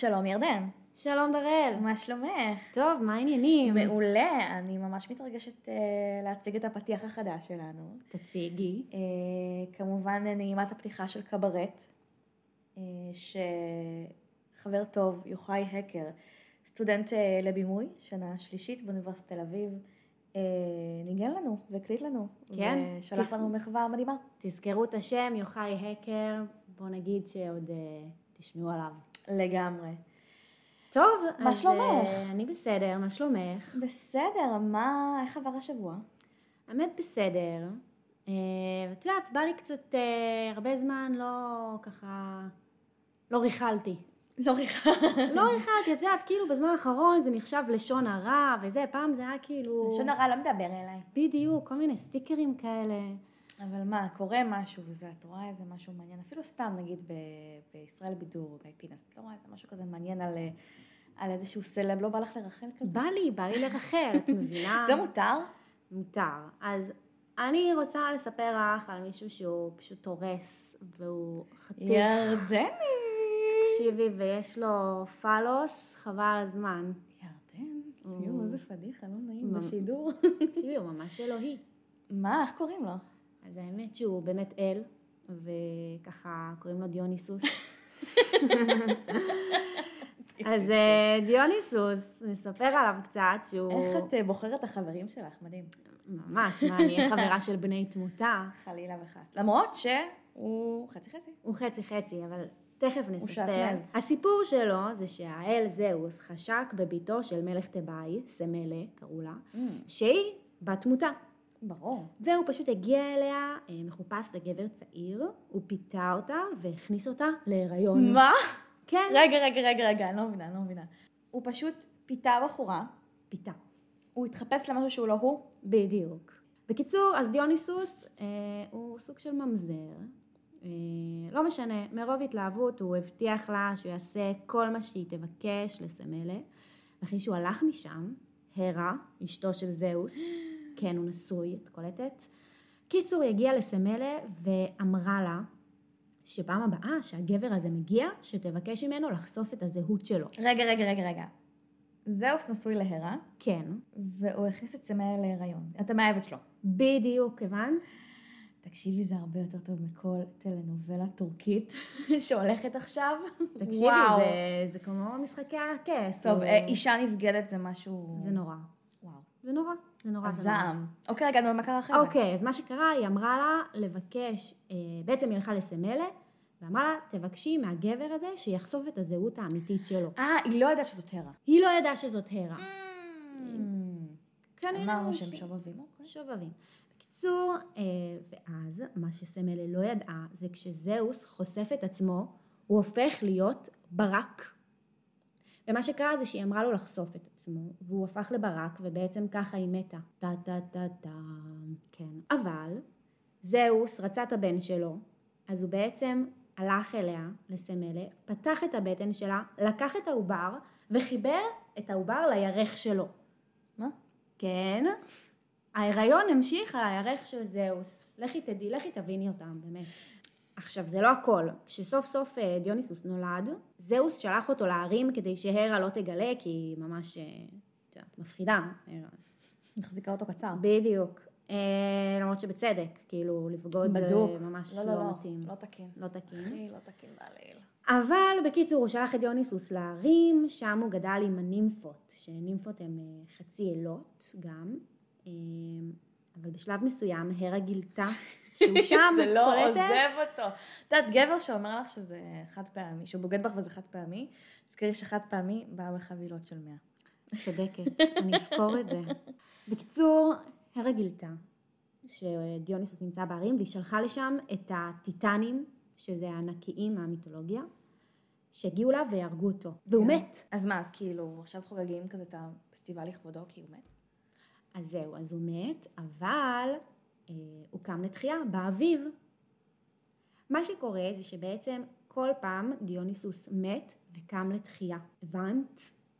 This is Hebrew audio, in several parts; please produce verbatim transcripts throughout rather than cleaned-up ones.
שלום ירדן. שלום דראל. מה שלומך? טוב, מה העניינים? מעולה, אני ממש מתרגשת uh, להציג את הפתיח החדש שלנו. תציגי. Uh, כמובן נעימת הפתיחה של קברט, uh, שחבר טוב, יוחאי הקר, סטודנט uh, לבימוי, שנה שלישית באוניברסיטת תל אביב, uh, ניגן לנו והקליט לנו. כן. ושלח תס... לנו מחווה מדהימה. תזכרו את השם, יוחאי הקר, בוא נגיד שעוד uh, תשמעו עליו. לגמרי. טוב, מה אז שלומך? uh, אני בסדר, מה שלומך? בסדר, מה, איך עבר השבוע? האמת בסדר. Uh, ואת יודעת, בא לי קצת, uh, הרבה זמן לא ככה, לא ריחלתי. לא ריחלתי. לא ריחלתי, את יודעת, כאילו בזמן האחרון זה נחשב לשון הרע, וזה, פעם זה היה כאילו... לשון הרע לא מדבר אליי. בדיוק, כל מיני סטיקרים כאלה. אבל מה, קורה משהו וזה, את רואה איזה משהו מעניין, אפילו סתם נגיד ב- בישראל בידור, בפינס, את לא רואה איזה משהו כזה מעניין על, על איזשהו סלב, לא בא לך לרחל כזה? בא לי, בא לי לרחל, את מבינה? זה מותר? מותר. אז אני רוצה לספר לך על מישהו שהוא פשוט תורס, והוא חתיך. ירדני. תקשיבי, ויש לו פלוס, חבל על הזמן. ירדן, יואו, איזה פדיחה, לא נעים מה? בשידור. תקשיבי, הוא ממש אלוהי. מה, איך קוראים לו? אז האמת שהוא באמת אל, וככה קוראים לו דיוניסוס. אז דיוניסוס, נספר עליו קצת שהוא... איך את בוחרת את החברים שלך? מדהים. ממש, מה, אני אהיה חברה של בני תמותה. חלילה וחס. למרות שהוא חצי חצי. הוא חצי חצי, אבל תכף נספר. שעטנז. הסיפור שלו זה שהאל זהוס חשק בביתו של מלך תבאי, סמלה, קראו לה, Mm. שהיא בת תמותה. ברור. והוא פשוט הגיע אליה, מחופש לגבר צעיר, הוא פיתה אותה והכניס אותה להיריון. מה? כן. רגע, רגע, רגע, רגע, אני לא מבינה, אני לא מבינה. הוא פשוט פיתה בחורה, פיתה. הוא התחפש למשהו שהוא לא הוא? בדיוק. בקיצור, אז דיוניסוס אה, הוא סוג של ממזר. אה, לא משנה, מרוב התלהבות הוא הבטיח לה שהוא יעשה כל מה שהיא תבקש לסמלה. ואחרי שהוא הלך משם, הרה, אשתו של זהוס, כן, הוא נשוי, את קולטת. קיצור, היא הגיעה לסמלה ואמרה לה שפעם הבאה שהגבר הזה מגיע, שתבקש ממנו לחשוף את הזהות שלו. רגע, רגע, רגע, רגע. זהוס נשוי להרה, כן. והוא הכניס את סמלה להיריון. את המאהבת שלו. בדיוק, הבנת? תקשיבי, זה הרבה יותר טוב מכל טלנובלה טורקית שהולכת עכשיו. תקשיבי, זה, זה כמו משחקי הכס. טוב, או... אישה נבגדת זה משהו... זה נורא. וואו. זה נורא, זה נורא. הזעם. אוקיי, רגע, נו, מה קרה אחרי זה? אוקיי, אז מה שקרה, היא אמרה לה לבקש, אה, בעצם היא הלכה לסמלה, ואמרה לה, תבקשי מהגבר הזה שיחשוף את הזהות האמיתית שלו. אה, היא לא ידעה שזאת הרה. היא לא ידעה שזאת הרה. כנראה אמרנו ש- שהם שובבים, אוקיי. שובבים. בקיצור, אה, ואז מה שסמלה לא ידעה, זה כשזהוס חושף את עצמו, הוא הופך להיות ברק. ומה שקרה זה שהיא אמרה לו לחשוף את עצמו, והוא הפך לברק, ובעצם ככה היא מתה. טה טה טה טה, כן. אבל זהוס רצה את הבן שלו, אז הוא בעצם הלך אליה לסמלה, פתח את הבטן שלה, לקח את העובר, וחיבר את העובר לירך שלו. מה? כן. ההיריון המשיך על הירך של זהוס. לכי תדעי, לכי תביני אותם, באמת. עכשיו, זה לא הכל. כשסוף סוף דיוניסוס נולד, זהוס שלח אותו להרים כדי שהרה לא תגלה, כי היא ממש, את יודעת, מפחידה. מחזיקה אותו קצר. בדיוק. אה, למרות שבצדק, כאילו, לפגוד בדוק. זה ממש לא, לא, לא, לא. מתאים. לא תקין. לא תקין. אחי, לא תקין בעליל. אבל בקיצור, הוא שלח את דיוניסוס להרים, שם הוא גדל עם הנימפות, שנימפות הן חצי אלות גם, אבל בשלב מסוים הרה גילתה שהוא שם, זה לא קולטת? עוזב אותו. את יודעת, גבר שאומר לך שזה חד פעמי, שהוא בוגד בך וזה חד פעמי, תזכרי שחד פעמי בא בחבילות של מאה. צודקת, אני אזכור את זה. בקיצור, הרה גילתה שדיוניסוס נמצא בהרים, והיא שלחה לשם את הטיטנים, שזה הענקיים מהמיתולוגיה, שהגיעו לה והרגו אותו, והוא מת. אז מה, אז כאילו, עכשיו חוגגים כזה את הפסטיבל לכבודו, כי הוא מת? אז זהו, אז הוא מת, אבל אה, הוא קם לתחייה באביב. מה שקורה זה שבעצם כל פעם דיוניסוס מת וקם לתחייה. הבנת?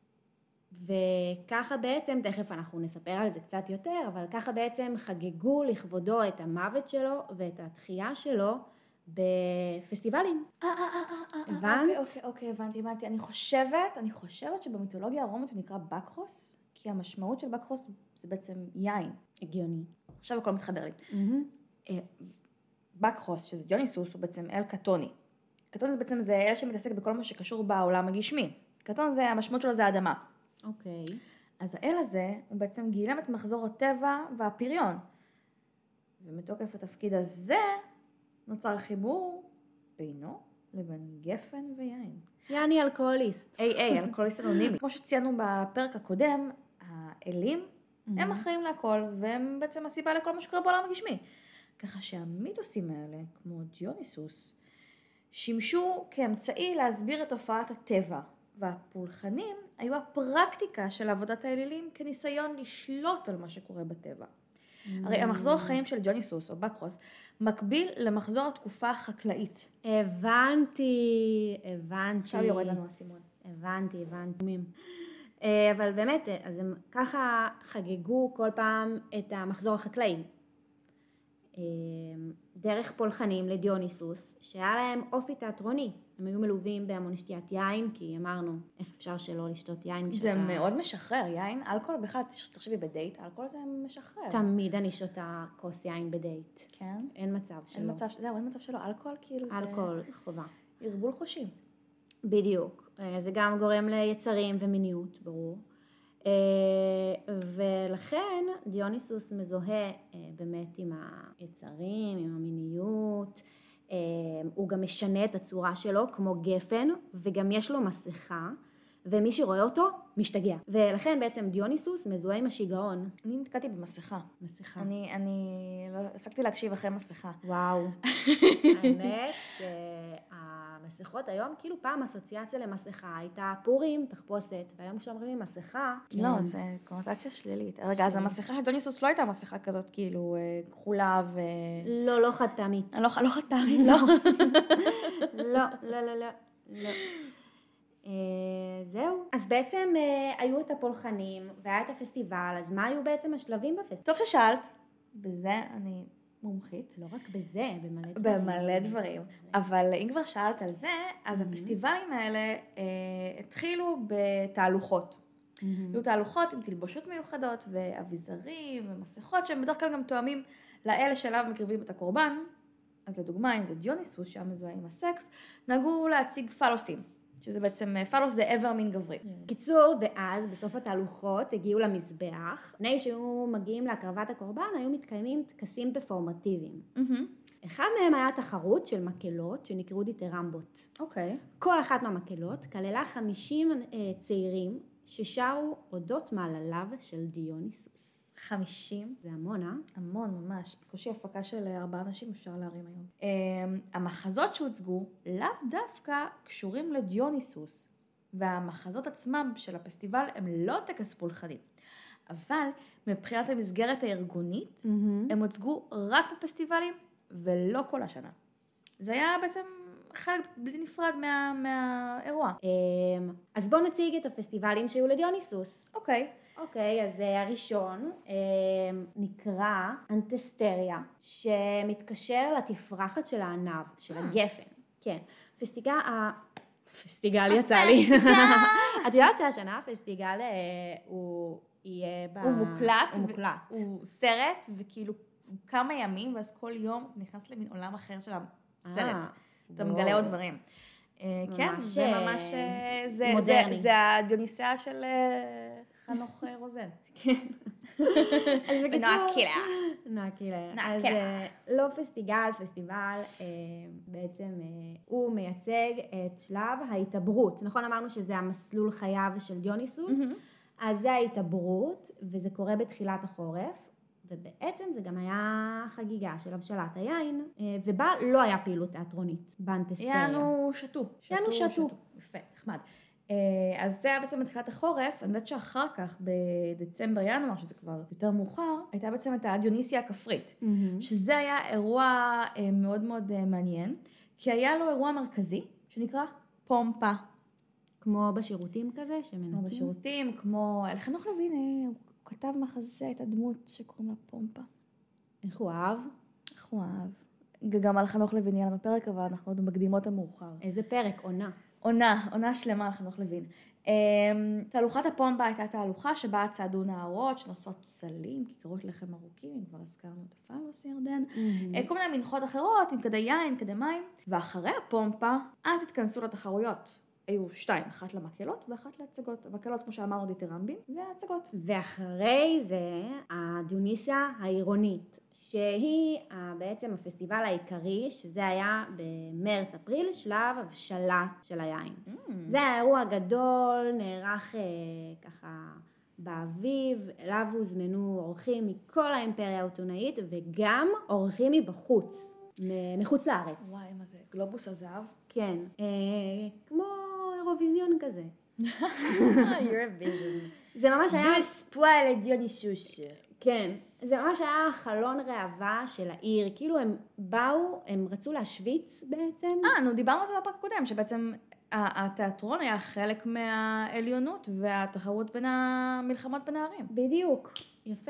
וככה בעצם, תכף אנחנו נספר על זה קצת יותר, אבל ככה בעצם חגגו לכבודו את המוות שלו ואת התחייה שלו בפסטיבלים. אה, אה, אה, אה, אה, הבנת? אוקיי, אוקיי, אוקיי, הבנתי, הבנתי. אני חושבת, אני חושבת שבמיתולוגיה הרומית הוא נקרא בקחוס, כי המשמעות של בקחוס זה בעצם יין. הגיוני. עכשיו הכל מתחבר לי. Mm-hmm. אה, בקחוס, שזה דיוניסוס, הוא בעצם אל קטוני. קטוני בעצם זה אל שמתעסק בכל מה שקשור בעולם הגשמי. קטון זה, המשמעות שלו זה האדמה. אוקיי. אז האל הזה, הוא בעצם גילם את מחזור הטבע והפריון. ומתוקף התפקיד הזה, נוצר חיבור בינו לבין גפן ויין. יעני אלכוהוליסט. איי איי, אלכוהוליסט אנונימי. כמו שציינו בפרק הקודם, האלים הם אחראים להכל, והם בעצם הסיבה לכל מה שקורה בעולם הגשמי. ככה שהמיתוסים האלה, כמו דיוניסוס, שימשו כאמצעי להסביר את תופעת הטבע, והפולחנים היו הפרקטיקה של עבודת האלילים כניסיון לשלוט על מה שקורה בטבע. הרי המחזור החיים של דיוניסוס או בקחוס מקביל למחזור התקופה החקלאית. הבנתי, הבנתי. עכשיו יורד לנו הסימון. הבנתי, הבנתי. אבל באמת, אז הם ככה חגגו כל פעם את המחזור החקלאי. דרך פולחנים לדיוניסוס, שהיה להם אופי תיאטרוני. הם היו מלווים בהמון שתיית יין, כי אמרנו, איך אפשר שלא לשתות יין כשאתה... זה מאוד משחרר, יין, אלכוהול, בכלל, תחשבי בדייט, אלכוהול זה משחרר. תמיד אני שותה כוס יין בדייט. כן? אין מצב שלא. אין מצב, זהו, אין מצב שלא, אלכוהול כאילו זה... אלכוהול, חובה. ערבול חושים. בדיוק. זה גם גורם ליצרים ומיניות, ברור. ולכן דיוניסוס מזוהה באמת עם היצרים, עם המיניות. הוא גם משנה את הצורה שלו כמו גפן, וגם יש לו מסכה, ומי שרואה אותו משתגע. ולכן בעצם דיוניסוס מזוהה עם השיגעון. אני נתקעתי במסכה. מסכה. אני, אני לא הפסקתי להקשיב אחרי מסכה. וואו. האמת שהמסכות היום, כאילו פעם אסוציאציה למסכה, הייתה פורים, תחפושת, והיום כשאומרים לי מסכה... לא, זה קונוטציה שלילית. רגע, אז המסכה של דיוניסוס לא הייתה מסכה כזאת, כאילו, כחולה ו... לא, לא חד פעמית. לא חד פעמית, לא. לא, לא, לא, לא. לא. זהו. אז בעצם היו את הפולחנים והיה את הפסטיבל, אז מה היו בעצם השלבים בפסטיבל? טוב ששאלת, בזה אני מומחית. לא רק בזה, במלא דברים. במלא דברים. אבל אם כבר שאלת על זה, אז הפסטיבלים האלה התחילו בתהלוכות. היו תהלוכות עם תלבושות מיוחדות ואביזרים ומסכות שהם בדרך כלל גם תואמים לאלה שאליו מקריבים את הקורבן. אז לדוגמה, אם זה דיוניסוס שהיה מזוהה עם הסקס, נהגו להציג פלוסים. שזה בעצם, פלוס זה איבר מין גברי. קיצור, ואז בסוף התהלוכות הגיעו למזבח. לפני שהיו מגיעים להקרבת הקורבן, היו מתקיימים טקסים פרפורמטיביים. אחד מהם היה תחרות של מקהלות שנקראו דיטרמבות. אוקיי. כל אחת מהמקהלות כללה חמישים צעירים ששרו אודות מעלליו של דיוניסוס. חמישים? זה המון, אה? המון, ממש. בקושי הפקה של ארבעה אנשים אפשר להרים היום. המחזות שהוצגו לאו דווקא קשורים לדיוניסוס, והמחזות עצמם של הפסטיבל הם לא טקס פולחני. אבל מבחינת המסגרת הארגונית, mm-hmm. הם הוצגו רק בפסטיבלים ולא כל השנה. זה היה בעצם חלק בלתי נפרד מה, מהאירוע. אז בואו נציג את הפסטיבלים שהיו לדיוניסוס. אוקיי. אוקיי, אז הראשון נקרא אנטסטריה, שמתקשר לתפרחת של הענב, של הגפן. כן. פסטיגל, הפסטיגל יצא לי. את יודעת שהשנה הפסטיגל הוא יהיה ב... הוא מוקלט. הוא מוקלט. הוא סרט, וכאילו כמה ימים, ואז כל יום אתה נכנס למין עולם אחר של הסרט. אתה מגלה עוד דברים. כן, זה ממש... מודרני. זה הדיוניסיה של... חנוך רוזן. כן. אז בקיצור... נעקילה. נעקילה. אז לא פסטיגל, פסטיבל, בעצם הוא מייצג את שלב ההתעברות. נכון, אמרנו שזה המסלול חייו של דיוניסוס, אז זה ההתעברות, וזה קורה בתחילת החורף, ובעצם זה גם היה חגיגה של הבשלת היין, ובה לא היה פעילות תיאטרונית, באנטסטריה. יענו שתו. יענו שתו. יפה, נחמד. אז זה היה בעצם בתחילת החורף, אני יודעת שאחר כך, בדצמבר ינואר, שזה כבר יותר מאוחר, הייתה בעצם את הדיוניסיה הכפרית, mm-hmm. שזה היה אירוע מאוד מאוד מעניין, כי היה לו אירוע מרכזי, שנקרא פומפה. כמו בשירותים כזה, שמנקים? כמו בשירותים, כמו... חנוך לוין, הוא כתב מחזה, הייתה דמות שקוראים לה פומפה. איך הוא אהב? איך הוא אהב? גם על חנוך לוין יהיה לנו פרק, אבל אנחנו עוד מקדימות המאוחר. איזה פרק? עונה. עונה, עונה שלמה על חנוך לוין. תהלוכת הפומבה הייתה תהלוכה שבה צעדו נערות שנושאות פסלים, כיכרות לחם ארוכים, אם כבר הזכרנו את הפלוס ירדן, כל מיני מנחות אחרות עם כדי יין, כדי מים, ואחרי הפומבה, אז התכנסו לתחרויות. היו שתיים, אחת למקהלות ואחת להצגות. המקהלות, כמו שאמרנו, דיטרמבים, וההצגות. ואחרי זה, הדיוניסיה העירונית, שהיא בעצם הפסטיבל העיקרי, שזה היה במרץ-אפריל, שלב הבשלה של היין. Mm. זה היה אירוע גדול, נערך אה, ככה באביב, אליו הוזמנו אורחים מכל האימפריה האתונאית, וגם אורחים מבחוץ, מחוץ לארץ. וואי, מה זה? גלובוס הזהב? כן, אה, כמו אירוויזיון כזה. Eurovision. זה ממש היה... דוס פועל דיוניסוס. כן, זה ממש היה חלון ראווה של העיר, כאילו הם באו, הם רצו להשוויץ בעצם. אה, נו, דיברנו על זה בפרק קודם, שבעצם התיאטרון היה חלק מהעליונות והתחרות בין המלחמות בין הערים. בדיוק, יפה.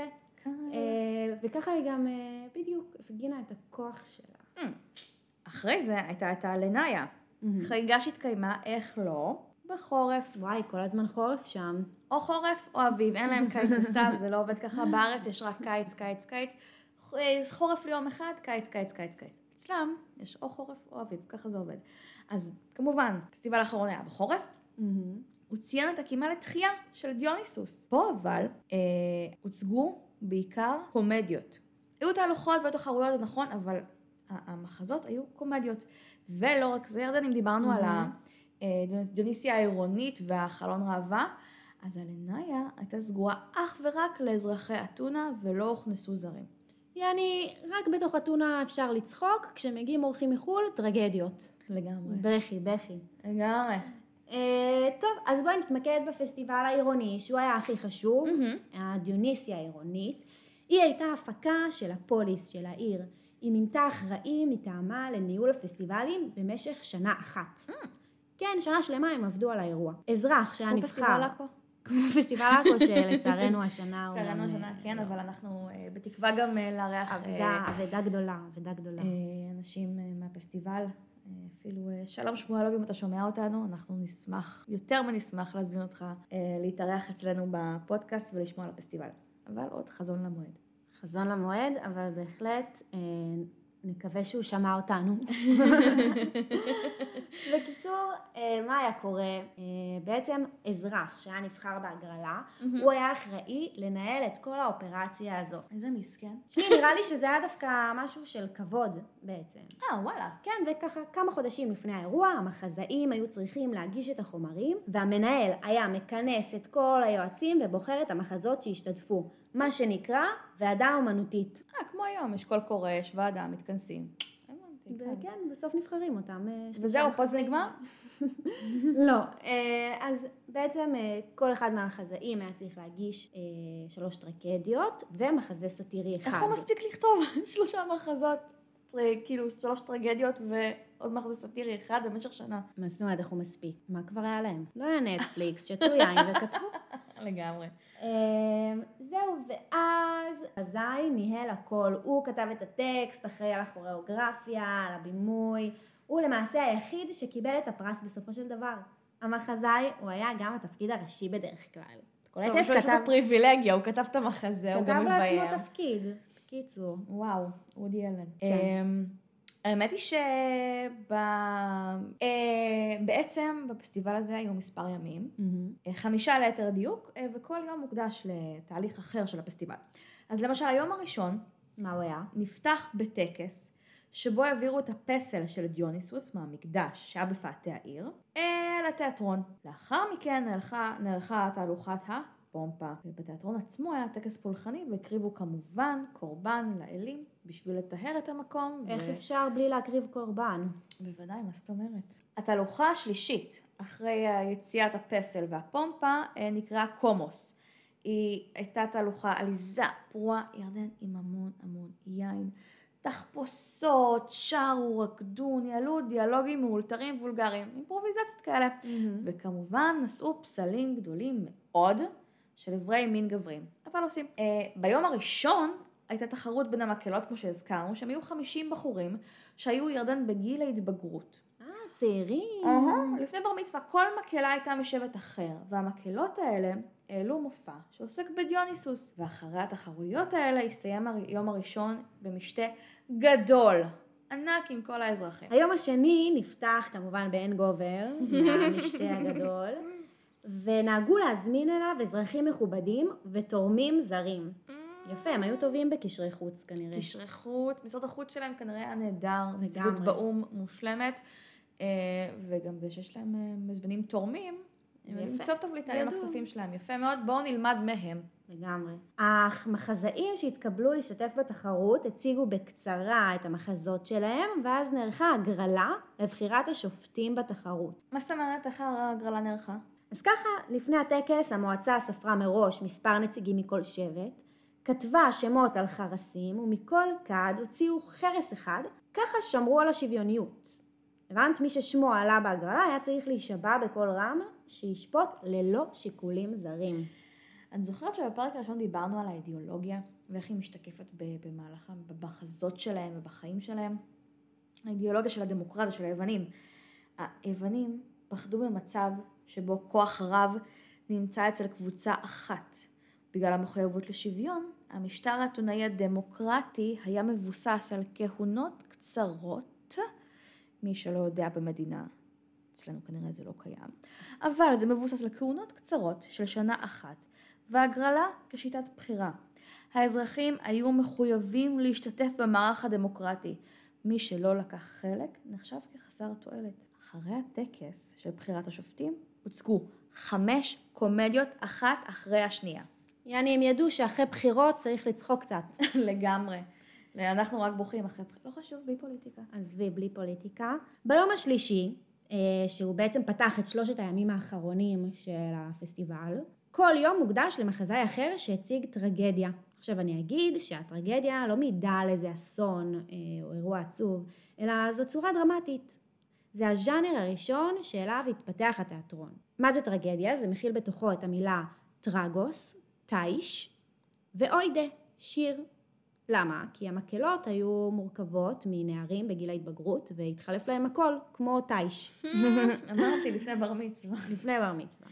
וככה היא גם בדיוק הפגינה את הכוח שלה. אחרי זה הייתה את הלניה, חגיגה שהתקיימה, איך לא, בחורף. וואי, כל הזמן חורף שם. או חורף או אביב, אין להם קיץ וסתיו, זה לא עובד ככה בארץ, יש רק קיץ, קיץ, קיץ. חורף ליום אחד, קיץ, קיץ, קיץ, קיץ. אצלם יש או חורף או אביב, ככה זה עובד. אז כמובן, פסטיבל האחרון היה בחורף, הוא ציין את הקימה לתחייה של דיוניסוס. פה אבל אה, הוצגו בעיקר קומדיות. היו תהלוכות והיו תחרויות, נכון, אבל המחזות היו קומדיות. ולא רק זה, ירדן, אם דיברנו על הדיוניסיה העירונית והחלון ראווה, אז הלניה הייתה סגורה אך ורק לאזרחי אתונה ולא הוכנסו זרים. יעני, רק בתוך אתונה אפשר לצחוק, כשמגיעים אורחים מחול, טרגדיות. לגמרי. בכי, בכי. לגמרי. אה, טוב, אז בואי נתמקד בפסטיבל העירוני, שהוא היה הכי חשוב, Mm-hmm. הדיוניסיה העירונית. היא הייתה הפקה של הפוליס, של העיר. היא מינתה אחראי מטעמה לניהול הפסטיבלים במשך שנה אחת. Mm. כן, שנה שלמה הם עבדו על האירוע. אזרח שהיה נבחר. כמו פסטיבל עכו. כמו פסטיבל עכו שלצערנו השנה. לצערנו השנה, כן, אבל אנחנו בתקווה גם לארח... עבדה, עבדה גדולה, עבדה גדולה. אנשים מהפסטיבל, אפילו שלום שמואלוב, אם אתה שומע אותנו, אנחנו נשמח, יותר מנשמח להזמין אותך להתארח אצלנו בפודקאסט ולשמוע על הפסטיבל. אבל עוד חזון למועד. חזון למועד, אבל בהחלט נקווה שהוא שמע אותנו. בקיצור, מה היה קורה? בעצם אזרח שהיה נבחר בהגרלה, הוא היה אחראי לנהל את כל האופרציה הזו. איזה מסכן. תשמעי, נראה לי שזה היה דווקא משהו של כבוד בעצם. אה, וואלה. כן, וככה כמה חודשים לפני האירוע, המחזאים היו צריכים להגיש את החומרים, והמנהל היה מכנס את כל היועצים ובוחר את המחזות שהשתתפו. מה שנקרא ועדה אומנותית. אה, כמו היום, יש קול קורא, יש ועדה, מתכנסים. וכן, בסוף נבחרים אותם. וזהו, פה זה נגמר? לא. אז בעצם כל אחד מהמחזאים היה צריך להגיש שלוש טרגדיות ומחזה סאטירי אחד. איך הוא מספיק לכתוב שלושה מחזות, כאילו שלוש טרגדיות ועוד מחזה סאטירי אחד במשך שנה? מה זאת אומרת, איך הוא מספיק? מה כבר היה להם? לא היה נטפליקס, שתו יין וכתבו. לגמרי. זהו, ואז אזי ניהל הכל, הוא כתב את הטקסט, אחראי על הכוריאוגרפיה, על הבימוי, הוא למעשה היחיד שקיבל את הפרס בסופו של דבר. המחזאי, הוא היה גם התפקיד הראשי בדרך כלל. טוב, יש לו את הפריבילגיה, הוא כתב את המחזה, הוא גם מביים. כתב לעצמו תפקיד, בקיצור. וואו, וודי אלן. כן. האמת היא שבעצם בפסטיבל הזה היו מספר ימים, חמישה ליתר דיוק, וכל יום מוקדש לתהליך אחר של הפסטיבל. אז למשל, היום הראשון, מה הוא היה? נפתח בטקס, שבו העבירו את הפסל של דיוניסוס מהמקדש שהיה בפאתי העיר, לתיאטרון. לאחר מכן נערכה, נערכה תהלוכת הפומבה, ובתיאטרון עצמו היה טקס פולחני, והקריבו כמובן קורבן לאלים, בשביל לטהר את המקום. איך ו... אפשר בלי להקריב קורבן? בוודאי, מה זאת אומרת? התהלוכה השלישית, אחרי יציאת הפסל והפומבה, נקרא קומוס. היא הייתה תהלוכה עליזה, פרועה, ירדן עם המון המון יין, תחפושות, שרו, רקדו, ניהלו דיאלוגים מאולתרים וולגריים, אימפרוביזציות כאלה. Mm-hmm. וכמובן נשאו פסלים גדולים מאוד של עברי מין גברים. אבל עושים. Uh, ביום הראשון הייתה תחרות בין המקהלות, כמו שהזכרנו, שהם היו חמישים בחורים שהיו ירדן בגיל ההתבגרות. אה, צעירים. Uh-huh. לפני בר מצווה, כל מקהלה הייתה משבט אחר, והמקהלות האלה העלו מופע שעוסק בדיוניסוס, ואחרי התחרויות האלה הסתיים היום הראשון במשתה גדול, ענק עם כל האזרחים. היום השני נפתח כמובן בעין גובר, מהמשתה הגדול, ונהגו להזמין אליו אזרחים מכובדים ותורמים זרים. יפה, הם היו טובים בקשרי חוץ כנראה. קשרי חוץ, משרד החוץ שלהם כנראה היה נהדר, נציגות באום מושלמת, וגם זה שיש להם מזמנים תורמים, הם יודעים טוב טוב להתנהל עם הכספים שלהם, יפה מאוד, בואו נלמד מהם. לגמרי. המחזאים שהתקבלו להשתתף בתחרות הציגו בקצרה את המחזות שלהם, ואז נערכה הגרלה לבחירת השופטים בתחרות. מה זאת אומרת, איך הגרלה נערכה? אז ככה, לפני הטקס המועצה ספרה מראש מספר נציגים מכל שבט, כתבה שמות על חרסים, ומכל כד הוציאו חרס אחד, ככה שמרו על השוויוניות. הבנת? מי ששמו עלה בהגרלה היה צריך להישבע בכל רם, שישפוט ללא שיקולים זרים. אני זוכרת שבפרק הראשון דיברנו על האידיאולוגיה, ואיך היא משתקפת במהלך, במחזות שלהם ובחיים שלהם. האידיאולוגיה של הדמוקרטיה, של היוונים. היוונים פחדו במצב שבו כוח רב נמצא אצל קבוצה אחת. בגלל המחויבות לשוויון, המשטר האתונאי הדמוקרטי היה מבוסס על כהונות קצרות, מי שלא יודע במדינה, אצלנו כנראה זה לא קיים, אבל זה מבוסס על כהונות קצרות של שנה אחת, והגרלה כשיטת בחירה. האזרחים היו מחויבים להשתתף במערך הדמוקרטי. מי שלא לקח חלק נחשב כחסר תועלת. אחרי הטקס של בחירת השופטים הוצגו חמש קומדיות אחת אחרי השנייה. יעני, הם ידעו שאחרי בחירות צריך לצחוק קצת. לגמרי. אנחנו רק בוכים אחרי בחירות. לא חשוב, בלי פוליטיקה. עזבי, בלי פוליטיקה. ביום השלישי, שהוא בעצם פתח את שלושת הימים האחרונים של הפסטיבל, כל יום מוקדש למחזאי אחר שהציג טרגדיה. עכשיו אני אגיד שהטרגדיה לא מעידה על איזה אסון או אירוע עצוב, אלא זו צורה דרמטית. זה הז'אנר הראשון שאליו התפתח התיאטרון. מה זה טרגדיה? זה מכיל בתוכו את המילה טרגוס, טייש, ואוידה, שיר. למה? כי המקהלות היו מורכבות מנערים בגיל ההתבגרות, והתחלף להם הכל, כמו טייש. אמרתי, לפני בר מצווה. לפני בר מצווה.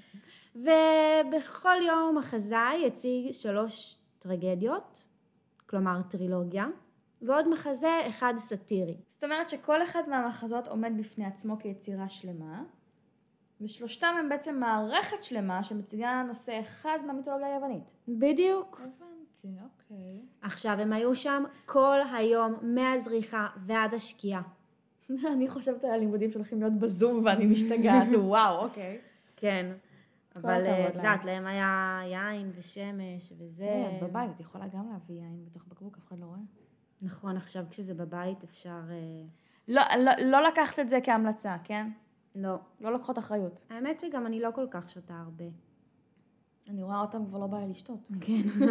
ובכל יום מחזאי הציג שלוש טרגדיות, כלומר טרילוגיה, ועוד מחזה אחד סאטירי. זאת אומרת שכל אחד מהמחזות עומד בפני עצמו כיצירה שלמה, ושלושתם הם בעצם מערכת שלמה שמציגה נושא אחד מהמיתולוגיה היוונית. בדיוק. הבנתי, אוקיי. עכשיו הם היו שם כל היום מהזריחה ועד השקיעה. אני חושבת על הלימודים שהולכים להיות בזום ואני משתגעת, וואו, אוקיי. כן, אבל את יודעת, להם היה יין ושמש וזה. כן, בבית, את יכולה גם להביא יין בתוך בקבוק, אף אחד לא רואה. נכון, עכשיו כשזה בבית אפשר... לא, לא, לא לקחת את זה כהמלצה, כן? לא. לא לקחות אחריות. האמת שגם אני לא כל כך שותה הרבה. אני רואה אותם כבר לא באה לשתות. כן.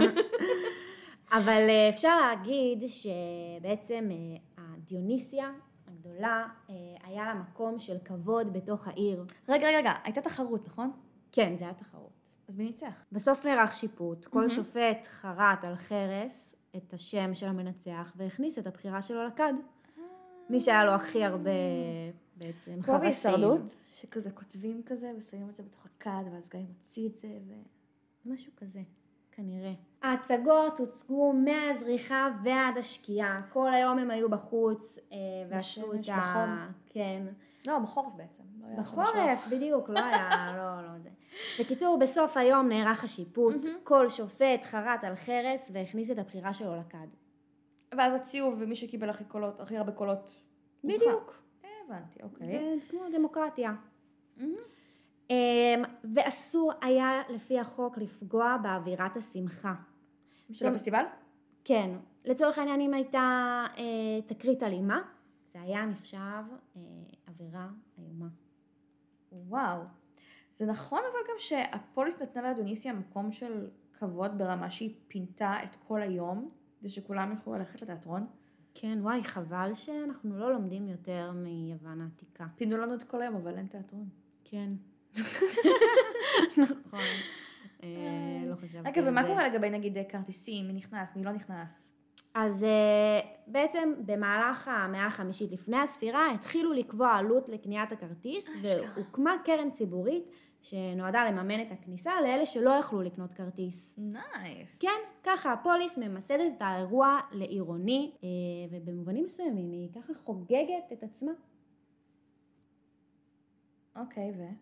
אבל אפשר להגיד שבעצם הדיוניסיה הגדולה היה לה מקום של כבוד בתוך העיר. רגע, רגע, רגע, הייתה תחרות, נכון? כן, זה היה תחרות. אז מי ניצח? בסוף נערך שיפוט. כל שופט חרט על חרס את השם של המנצח והכניס את הבחירה שלו לכד. מי שהיה לו הכי הרבה בעצם חרסים. כמו בהישרדות, שכזה כותבים כזה ושמים את זה בתוך הכד, ואז גיא מוציא את זה ו... משהו כזה, כנראה. ההצגות הוצגו מהזריחה ועד השקיעה. כל היום הם היו בחוץ ועשו את ה... בחום. כן. לא, בחורף בעצם. לא בחורף, בדיוק, לא היה, לא, לא זה. בקיצור, בסוף היום נערך השיפוט, כל שופט חרט על חרס והכניס את הבחירה שלו לכד. ואז הוציאו ומי שקיבל הכי קולות, הכי הרבה קולות. בדיוק. הבנתי, אוקיי. זה כמו דמוקרטיה. ואסור היה לפי החוק לפגוע באווירת השמחה. של הפסטיבל? כן. לצורך העניין, אם הייתה תקרית אלימה, זה היה נחשב אווירה איומה. וואו. זה נכון אבל גם שהפוליס נתנה לאדיוניסיה מקום של כבוד ברמה שהיא פינתה את כל היום, כדי שכולם יוכלו ללכת לתיאטרון. כן, וואי, חבל שאנחנו לא לומדים יותר מיוון העתיקה. פינו לנו את כל היום, אבל אין תיאטרון. כן. נכון. לא חשבתי. רגע, ומה קורה לגבי נגיד כרטיסים, מי נכנס, מי לא נכנס? אז בעצם במהלך המאה החמישית לפני הספירה התחילו לקבוע עלות לקניית הכרטיס, והוקמה קרן ציבורית שנועדה לממן את הכניסה לאלה שלא יכלו לקנות כרטיס. נייס. כן, ככה הפוליס ממסדת את האירוע לעירוני, ובמובנים מסוימים היא ככה חוגגת את עצמה. אוקיי, ו?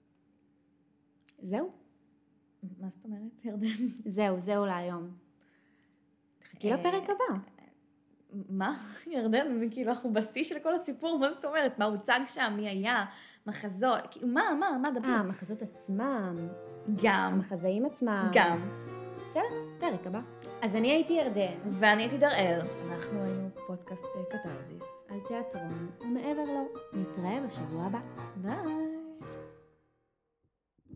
זהו. מה זאת אומרת, ירדן? זהו, זהו להיום. תחכי לפרק הבא. מה? ירדן, כאילו אנחנו בשיא של כל הסיפור, מה זאת אומרת? מה הוצג שם? מי היה? מחזות? כאילו, מה, מה, מה דבר? אה, המחזות עצמם. גם. המחזאים עצמם. גם. בסדר, פרק הבא. אז אני הייתי ירדן. ואני הייתי דראל. אנחנו היינו פודקאסט קטרזיס. על תיאטרון, ומעבר לו, נתראה בשבוע הבא. ביי.